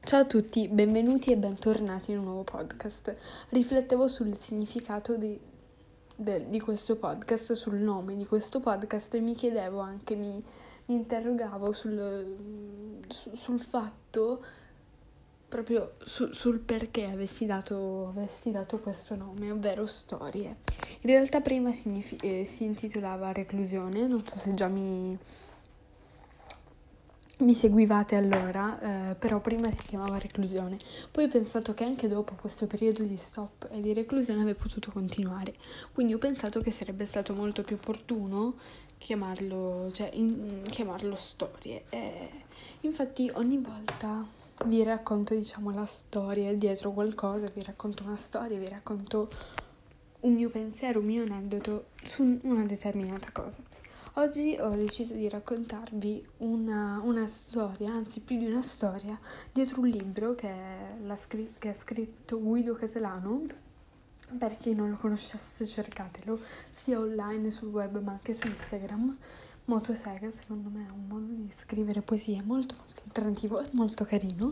Ciao a tutti, benvenuti e bentornati in un nuovo podcast. Riflettevo sul significato di questo podcast, sul nome di questo podcast e mi chiedevo anche, mi interrogavo sul fatto, proprio sul perché avessi dato questo nome, ovvero Storie. In realtà prima si intitolava Reclusione, non so se già mi seguivate allora, però prima si chiamava reclusione. Poi ho pensato che anche dopo questo periodo di stop e di reclusione avrei potuto continuare. Quindi ho pensato che sarebbe stato molto più opportuno chiamarlo storie. E infatti ogni volta vi racconto, la storia dietro qualcosa, vi racconto una storia, vi racconto un mio pensiero, un mio aneddoto su una determinata cosa. Oggi ho deciso di raccontarvi una storia, anzi più di una storia, dietro un libro che ha scritto Guido Catalano. Per chi non lo conoscesse, cercatelo, sia online sul web ma anche su Instagram. Motosega, secondo me è un modo di scrivere poesie molto molto alternativo e molto carino.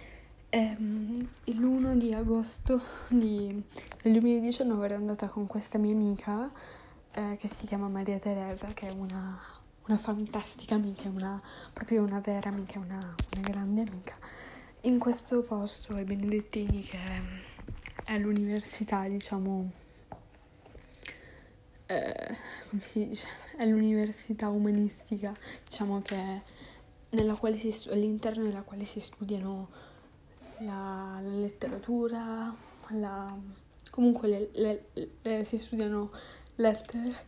L'1 di agosto del 2019 ero andata con questa mia amica che si chiama Maria Teresa, che è una fantastica amica, proprio una vera amica, una grande amica, in questo posto ai Benedettini, che è l'università, come si dice, è l'università umanistica, che all'interno della quale si studiano la letteratura, comunque si studiano lettere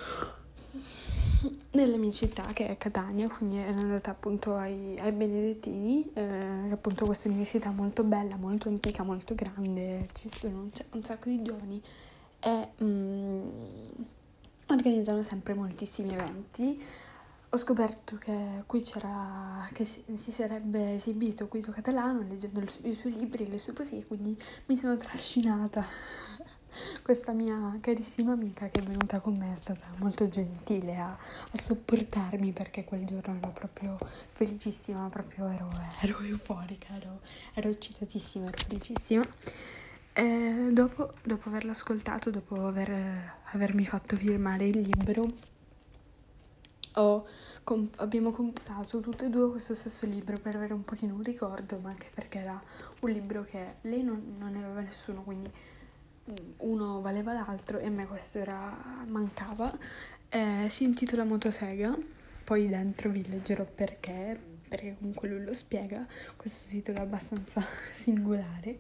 nella mia città, che è Catania, quindi ero andata appunto ai Benedettini, appunto questa università molto bella, molto antica, molto grande, ci sono un sacco di giovani e organizzano sempre moltissimi eventi. Ho scoperto che qui si sarebbe esibito Guido Catalano leggendo i suoi libri, le sue poesie, quindi mi sono trascinata. Questa mia carissima amica che è venuta con me è stata molto gentile a sopportarmi, perché quel giorno ero proprio felicissima, proprio ero euforica, ero eccitatissima, ero felicissima. E dopo averlo ascoltato, dopo avermi fatto firmare il libro, abbiamo comprato tutte e due questo stesso libro per avere un pochino un ricordo, ma anche perché era un libro che lei non ne aveva nessuno, quindi uno valeva l'altro e a me questo mancava. Si intitola Motosega, poi dentro vi leggerò perché comunque lui lo spiega. Questo titolo è abbastanza singolare.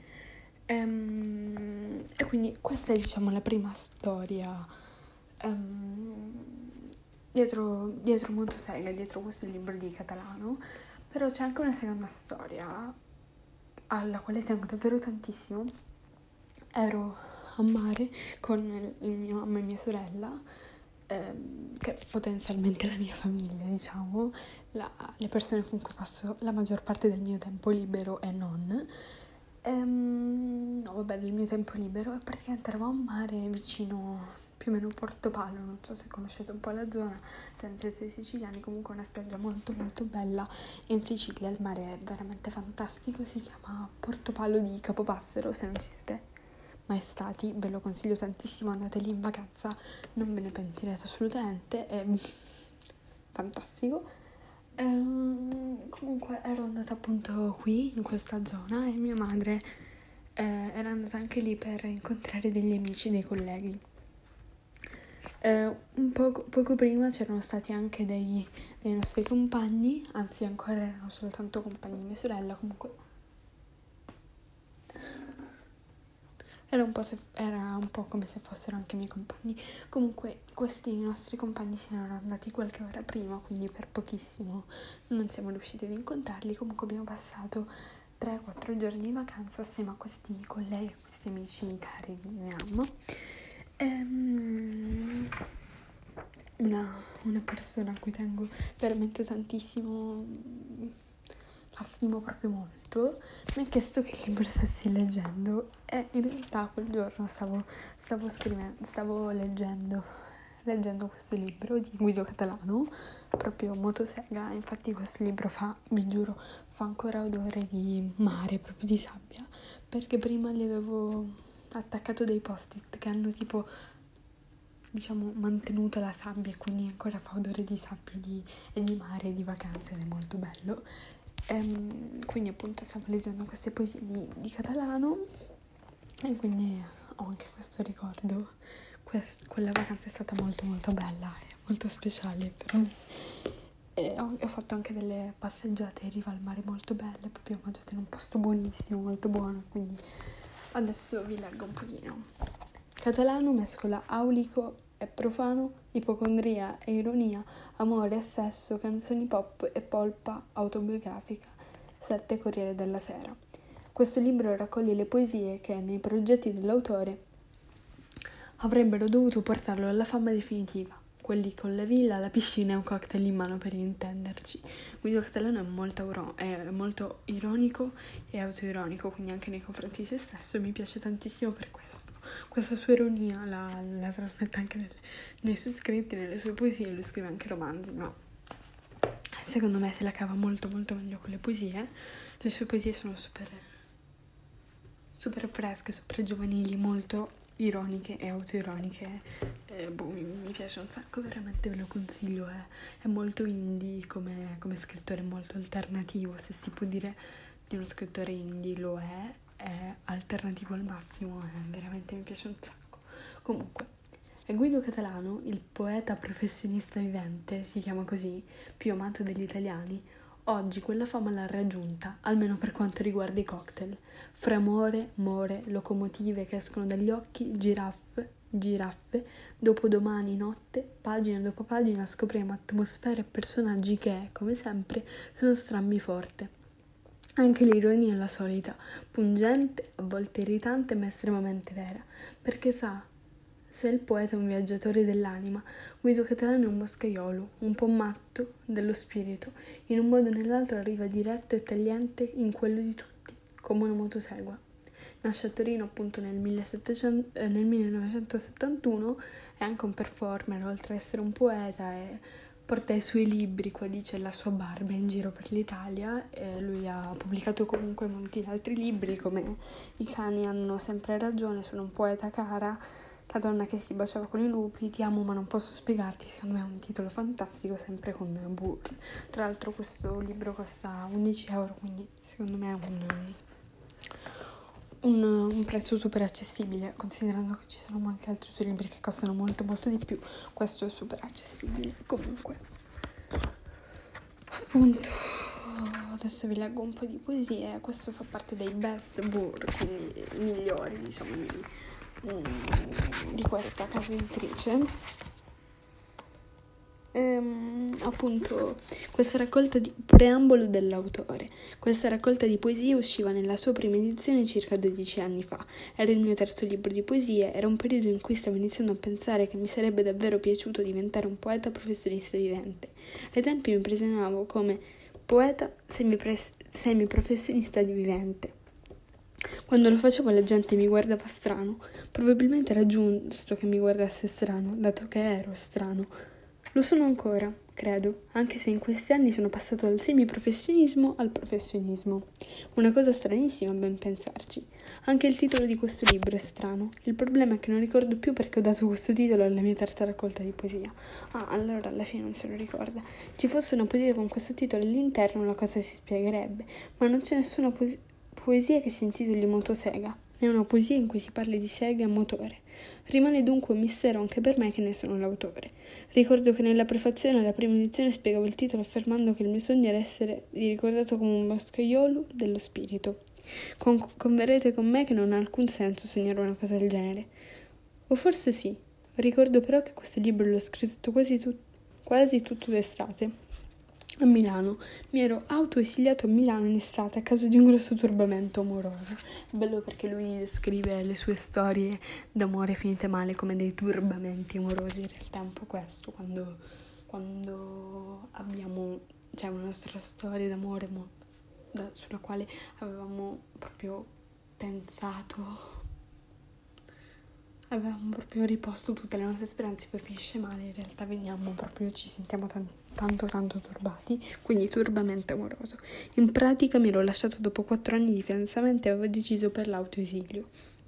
E quindi questa è la prima storia dietro Motosega, dietro questo libro di Catalano. Però c'è anche una seconda storia alla quale tengo davvero tantissimo. Ero a mare con mia mamma e mia sorella, che è potenzialmente la mia famiglia, le persone con cui passo la maggior parte del mio tempo libero e non. Del mio tempo libero, e praticamente eravamo a mare vicino più o meno Portopalo, non so se conoscete un po' la zona, se non siete siciliani, comunque è una spiaggia molto molto bella in Sicilia, il mare è veramente fantastico, si chiama Portopalo di Capopassero. Se non ci siete mai stati, ve lo consiglio tantissimo, andate lì in vacanza, non ve ne pentirete assolutamente, è fantastico. Comunque ero andata appunto qui in questa zona e mia madre era andata anche lì per incontrare degli amici, dei colleghi. Poco prima c'erano stati anche dei nostri compagni, anzi ancora erano soltanto compagni di mia sorella, comunque era un po' come se fossero anche i miei compagni. Comunque questi nostri compagni se ne erano andati qualche ora prima, quindi per pochissimo non siamo riusciti ad incontrarli. Comunque abbiamo passato 3-4 giorni di vacanza assieme a questi colleghi, a questi amici cari di mia mamma. Una persona a cui tengo veramente tantissimo, la stimo proprio molto, mi ha chiesto che libro stessi leggendo, e in realtà quel giorno stavo leggendo leggendo questo libro di Guido Catalano, proprio Motosega. Infatti questo libro vi giuro, fa ancora odore di mare, proprio di sabbia, perché prima gli avevo attaccato dei post-it che hanno tipo, diciamo, mantenuto la sabbia, e quindi ancora fa odore di sabbia e di mare e di vacanze, ed è molto bello. Quindi appunto stavo leggendo queste poesie di Catalano e quindi ho anche questo ricordo. Quella vacanza è stata molto molto bella e molto speciale per me. E ho fatto anche delle passeggiate in riva al mare molto belle, proprio mangiato in un posto buonissimo, molto buono, quindi adesso vi leggo un pochino. Catalano mescola aulico e profano, ipocondria e ironia, amore e sesso, canzoni pop e polpa autobiografica. 7 Corriere della Sera. Questo libro raccoglie le poesie che, nei progetti dell'autore, avrebbero dovuto portarlo alla fama definitiva, quelli con la villa, la piscina e un cocktail in mano, per intenderci. Guido Catalano è molto ironico e autoironico, quindi anche nei confronti di se stesso, e mi piace tantissimo per questo. Questa sua ironia la trasmette anche nei suoi scritti, nelle sue poesie. Lui scrive anche romanzi, ma secondo me se la cava molto molto meglio con le poesie. Le sue poesie sono super fresche, super giovanili, molto ironiche e autoironiche. Mi piace un sacco, veramente ve lo consiglio. È molto indie come scrittore, molto alternativo, se si può dire di uno scrittore indie, lo è alternativo al massimo, veramente mi piace un sacco. Comunque, è Guido Catalano, il poeta professionista vivente, si chiama così, più amato degli italiani. Oggi quella fama l'ha raggiunta, almeno per quanto riguarda i cocktail. Fra amore, more, locomotive che escono dagli occhi, giraffe, dopodomani notte, pagina dopo pagina scopriamo atmosfere e personaggi che, come sempre, sono strambi forte. Anche l'ironia è la solita, pungente, a volte irritante, ma estremamente vera, perché sa, se il poeta è un viaggiatore dell'anima, Guido Catalano è un boscaiolo, un po' matto dello spirito, in un modo o nell'altro arriva diretto e tagliente in quello di tutti, come una motosegua. Nasce a Torino appunto nel 1971, è anche un performer, oltre ad essere un poeta, e porta i suoi libri, qua dice La sua barba, in giro per l'Italia. Lui ha pubblicato comunque molti altri libri, come I cani hanno sempre ragione, Sono un poeta cara, La donna che si baciava con i lupi, Ti amo ma non posso spiegarti. Secondo me è un titolo fantastico, sempre con Burr. Tra l'altro questo libro costa 11 euro, quindi secondo me è un prezzo super accessibile, considerando che ci sono molti altri suoi libri che costano molto molto di più. Questo è super accessibile. Comunque, appunto, adesso vi leggo un po' di poesie. Questo fa parte dei best Burr, quindi migliori, diciamo, di questa casa editrice. Appunto, questa raccolta di preambolo dell'autore. Questa raccolta di poesie usciva nella sua prima edizione circa 12 anni fa. Era il mio terzo libro di poesie. Era un periodo in cui stavo iniziando a pensare che mi sarebbe davvero piaciuto diventare un poeta professionista vivente. Ai tempi mi presentavo come poeta semiprofessionista vivente. Quando lo facevo la gente mi guardava strano. Probabilmente era giusto che mi guardasse strano, dato che ero strano. Lo sono ancora, credo, anche se in questi anni sono passato dal semiprofessionismo al professionismo. Una cosa stranissima a ben pensarci. Anche il titolo di questo libro è strano. Il problema è che non ricordo più perché ho dato questo titolo alla mia terza raccolta di poesia. Allora alla fine non se lo ricorda. Ci fosse una poesia con questo titolo all'interno, la cosa si spiegherebbe, ma non c'è nessuna poesia che si intitoli Motosega. È una poesia in cui si parli di sega e motore. Rimane dunque un mistero anche per me che ne sono l'autore. Ricordo che nella prefazione alla prima edizione spiegavo il titolo affermando che il mio sogno era essere ricordato come un boscaiolo dello spirito. Converrete con me che non ha alcun senso sognare una cosa del genere. O forse sì. Ricordo però che questo libro l'ho scritto quasi tutto d'estate. A Milano. Mi ero autoesiliato a Milano in estate a causa di un grosso turbamento amoroso. È bello perché lui descrive le sue storie d'amore finite male come dei turbamenti amorosi. In realtà è un po' questo, quando abbiamo una nostra storia d'amore sulla quale avevamo proprio pensato avevamo proprio riposto tutte le nostre speranze, poi finisce male, in realtà veniamo proprio, ci sentiamo tanto turbati, quindi turbamento amoroso. In pratica mi ero lasciato dopo 4 anni di fidanzamento e avevo deciso per l'autoesilio.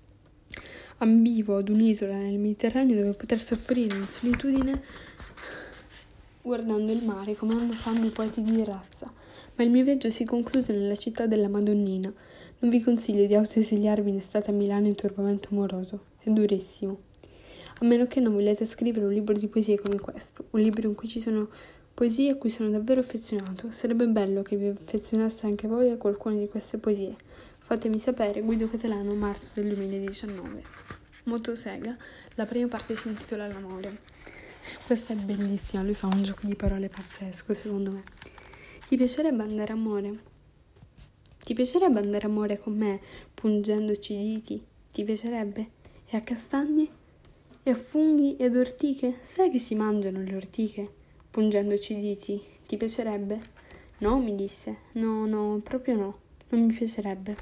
Ambivo ad un'isola nel Mediterraneo dove poter soffrire in solitudine guardando il mare come fanno i poeti di razza, ma il mio viaggio si concluse nella città della Madonnina. Non vi consiglio di autoesiliarvi in estate a Milano in turbamento amoroso, è durissimo. A meno che non vogliate scrivere un libro di poesie come questo, un libro in cui ci sono poesie a cui sono davvero affezionato. Sarebbe bello che vi affezionaste anche voi a qualcuna di queste poesie. Fatemi sapere. Guido Catalano, marzo del 2019. Motosega, la prima parte si intitola L'amore. Questa è bellissima, lui fa un gioco di parole pazzesco secondo me. Ti piacerebbe andare amore? Ti piacerebbe andare amore con me, pungendoci i diti? Ti piacerebbe? E a castagne? E a funghi e ad ortiche? Sai che si mangiano le ortiche? Pungendoci i diti? Ti piacerebbe? No, mi disse. No, proprio no. Non mi piacerebbe.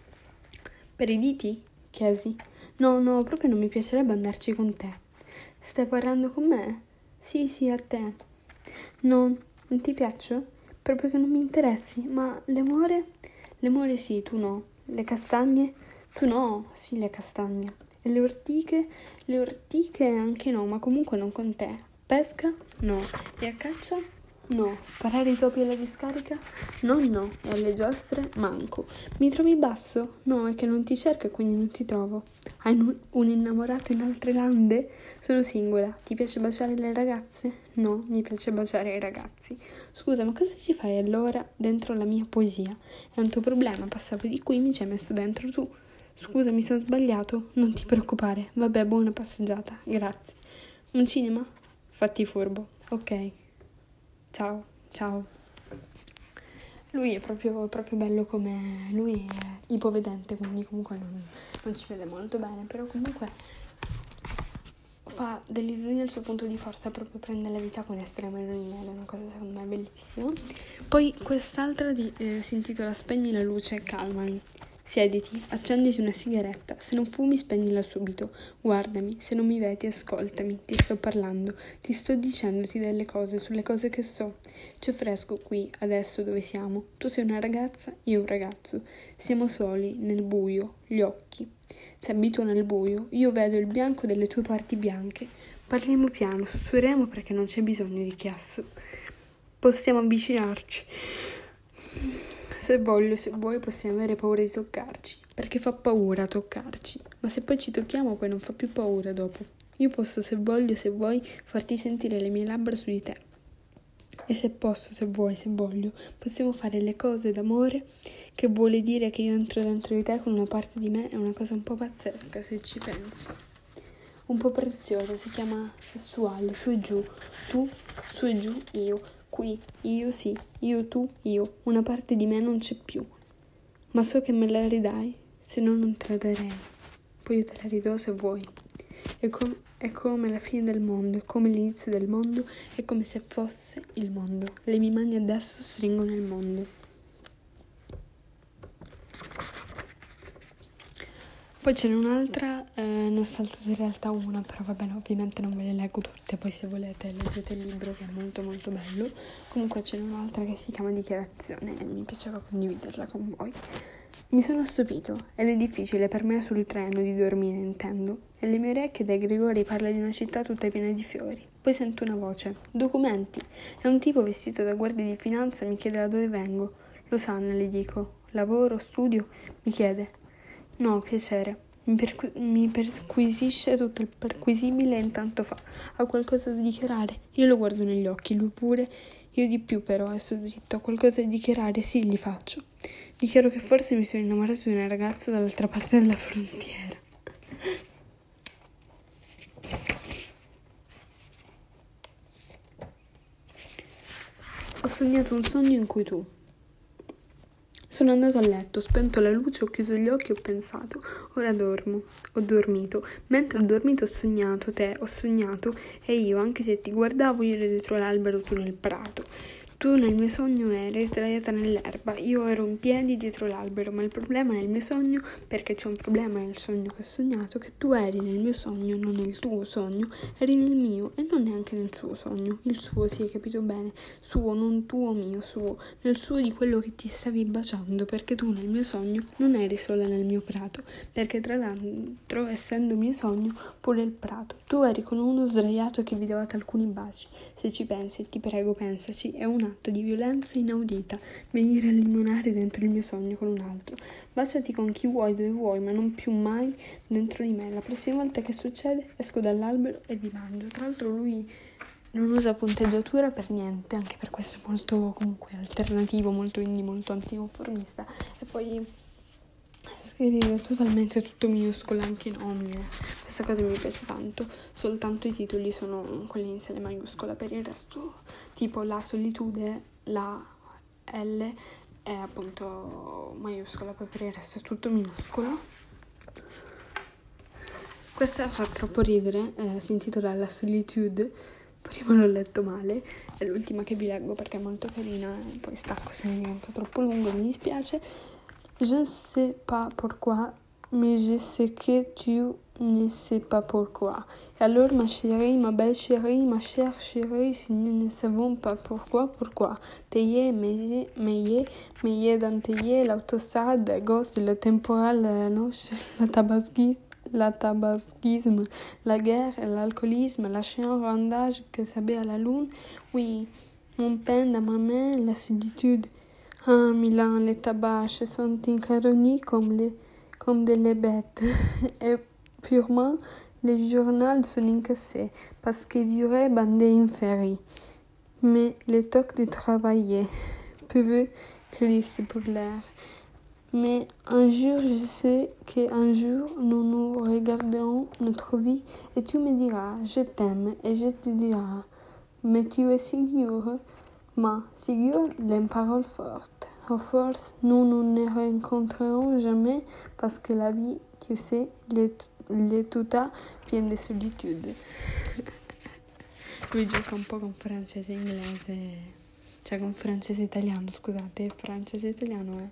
Per i diti? Chiesi. No, proprio non mi piacerebbe andarci con te. Stai parlando con me? Sì, a te. No, non ti piaccio? Proprio che non mi interessi. Ma l'amore? L'amore sì, tu no. Le castagne? Tu no, sì, le castagne. E le ortiche? Le ortiche anche no, ma comunque non con te. Pesca? No. E a caccia? No. Sparare i topi alla discarica? No. E alle giostre? Manco. Mi trovi basso? No, è che non ti cerco e quindi non ti trovo. Hai un innamorato in altre lande? Sono singola. Ti piace baciare le ragazze? No, mi piace baciare i ragazzi. Scusa, ma cosa ci fai allora dentro la mia poesia? È un tuo problema, passavo di qui, mi ci hai messo dentro tu. Scusa, mi sono sbagliato? Non ti preoccupare. Vabbè, buona passeggiata. Grazie. Un cinema? Fatti furbo. Ok. Ciao. Lui è proprio bello come... Lui è ipovedente, quindi comunque non ci vede molto bene, però comunque fa dell'ironia il suo punto di forza, proprio prende la vita con estrema ironia, è una cosa secondo me bellissima. Poi quest'altra si intitola Spegni la luce e calmami. Siediti, accenditi una sigaretta, se non fumi spegnila subito, guardami, se non mi vedi ascoltami, ti sto parlando, ti sto dicendoti delle cose sulle cose che so. C'è fresco qui, adesso dove siamo, tu sei una ragazza, io un ragazzo, siamo soli, nel buio, gli occhi. Si abituano al buio, io vedo il bianco delle tue parti bianche, parliamo piano, sussurriamo perché non c'è bisogno di chiasso, possiamo avvicinarci. Se vuoi possiamo avere paura di toccarci, perché fa paura toccarci, ma se poi ci tocchiamo poi non fa più paura dopo. Io posso se vuoi, farti sentire le mie labbra su di te. E se voglio, possiamo fare le cose d'amore, che vuole dire che io entro dentro di te con una parte di me, è una cosa un po' pazzesca se ci pensi. Un po' preziosa, si chiama sessuale, su e giù, tu, su e giù, io. Qui, io sì, io tu, io, una parte di me non c'è più, ma so che me la ridai, se no non te la darei, poi io te la ridò se vuoi. È come la fine del mondo, è come l'inizio del mondo, è come se fosse il mondo, le mie mani adesso stringono il mondo. Poi ce n'è un'altra, ne ho saltato in realtà una, però va bene, ovviamente non ve le leggo tutte, poi se volete leggete il libro che è molto molto bello. Comunque ce n'è un'altra che si chiama Dichiarazione e mi piaceva condividerla con voi. Mi sono stupito ed è difficile per me sul treno di dormire, intendo, e le mie orecchie dai Gregori parla di una città tutta piena di fiori. Poi sento una voce, documenti, e un tipo vestito da guardia di finanza mi chiede da dove vengo. Lo sanno, le dico, lavoro, studio, mi chiede. No, piacere. Mi perquisisce tutto il perquisibile e intanto ha qualcosa da dichiarare. Io lo guardo negli occhi, lui pure. Io di più però, e sto zitto, ho qualcosa da dichiarare, sì, gli faccio. Dichiaro che forse mi sono innamorato di una ragazza dall'altra parte della frontiera. Ho sognato un sogno in cui tu... Sono andato a letto, ho spento la luce, ho chiuso gli occhi e ho pensato, ora dormo. Ho dormito. Mentre ho dormito ho sognato te, ho sognato e io, anche se ti guardavo, io ero dietro l'albero, tu nel prato. Tu nel mio sogno eri sdraiata nell'erba, io ero in piedi dietro l'albero, ma il problema nel mio sogno, perché c'è un problema nel sogno che ho sognato, che tu eri nel mio sogno, non nel tuo sogno, eri nel mio e non neanche nel suo sogno. Il suo, sì, hai capito bene, suo, non tuo, mio, suo, nel suo di quello che ti stavi baciando, perché tu nel mio sogno non eri sola nel mio prato, perché tra l'altro, essendo mio sogno, pure il prato. Tu eri con uno sdraiato che vi davate alcuni baci. Se ci pensi, ti prego, pensaci, è un atto di violenza inaudita venire a limonare dentro il mio sogno con un altro. Baciati con chi vuoi, dove vuoi, ma non più mai dentro di me. La prossima volta che succede, esco dall'albero e vi mangio. Tra l'altro lui non usa punteggiatura per niente, anche per questo è molto comunque alternativo, molto indie, molto anticonformista. E poi scrive totalmente tutto minuscolo, anche i nomi. Questa cosa mi piace tanto. Soltanto i titoli sono quelli in serie maiuscola, per il resto tipo la solitudine, la L è appunto maiuscola, poi per il resto è tutto minuscolo. Questa fa troppo ridere, si intitola La Solitude, prima l'ho letto male, è l'ultima che vi leggo perché è molto carina, poi stacco se ne diventa troppo lungo, mi dispiace. Je ne sais pas pourquoi, mais je sais que tu ne sais pas pourquoi. Et alors, ma chérie, ma belle chérie, ma chère chérie, si nous ne savons pas pourquoi. Tayé, meillé dans tayé, l'autostrade, la gauche, le temporal, la noche, la tabasquisme, la guerre, l'alcoolisme, la chien randage que s'abat à la lune. Oui, mon pain dans ma main, la solitude. Ah, Milan, les tabacs sont incaronis comme des bêtes. Et purement, les journaux sont incassés, parce que vieux bandés inféris. Mais les tocs de travailler, peuvent Christ pour l'air. Mais un jour, je sais qu'un jour, nous nous regarderons notre vie, et tu me diras, je t'aime, et je te dirai, mais tu es sûr? Ma sûr, les paroles fortes. À force, nous ne rencontrerons jamais parce que la vie, tu sais, l'est tutta piena di solitude. Lui gioca un po' con francese e inglese, cioè con francese e italiano, scusate, francese e italiano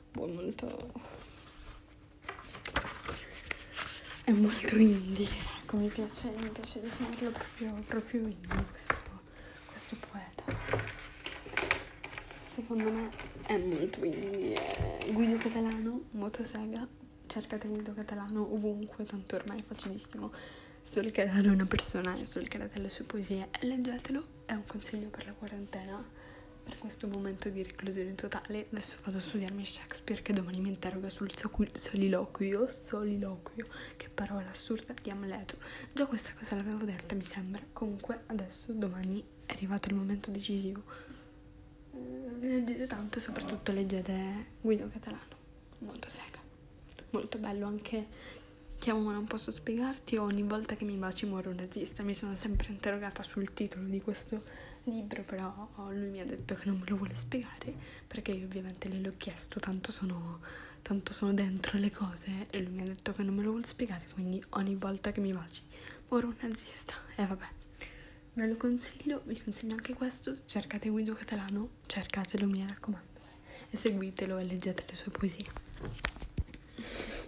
è molto indie, ecco, mi piace definirlo proprio indie questo poeta. Secondo me è molto indie. Guido Catalano, Motosega, cercate Guido Catalano ovunque, tanto ormai è facilissimo stalkerare una persona e stalkerate le sue poesie e leggetelo, è un consiglio per la quarantena, per questo momento di reclusione totale. Adesso vado a studiarmi Shakespeare, che domani mi interroga sul soliloquio, che parola assurda, di Amleto. Già questa cosa l'avevo detta, mi sembra. Comunque adesso domani è arrivato il momento decisivo. Leggete tanto e soprattutto leggete Guido Catalano, molto sega, molto bello. Anche Chiamo non posso spiegarti, ogni volta che mi baci muore un nazista. Mi sono sempre interrogata sul titolo di questo libro, però lui mi ha detto che non me lo vuole spiegare, perché io ovviamente gliel'ho chiesto, tanto sono dentro le cose, e lui mi ha detto che non me lo vuole spiegare, quindi ogni volta che mi baci muore un nazista. E vabbè, ve lo consiglio, vi consiglio anche questo. Cercate Guido Catalano, cercatelo, mi raccomando, e seguitelo e leggete le sue poesie.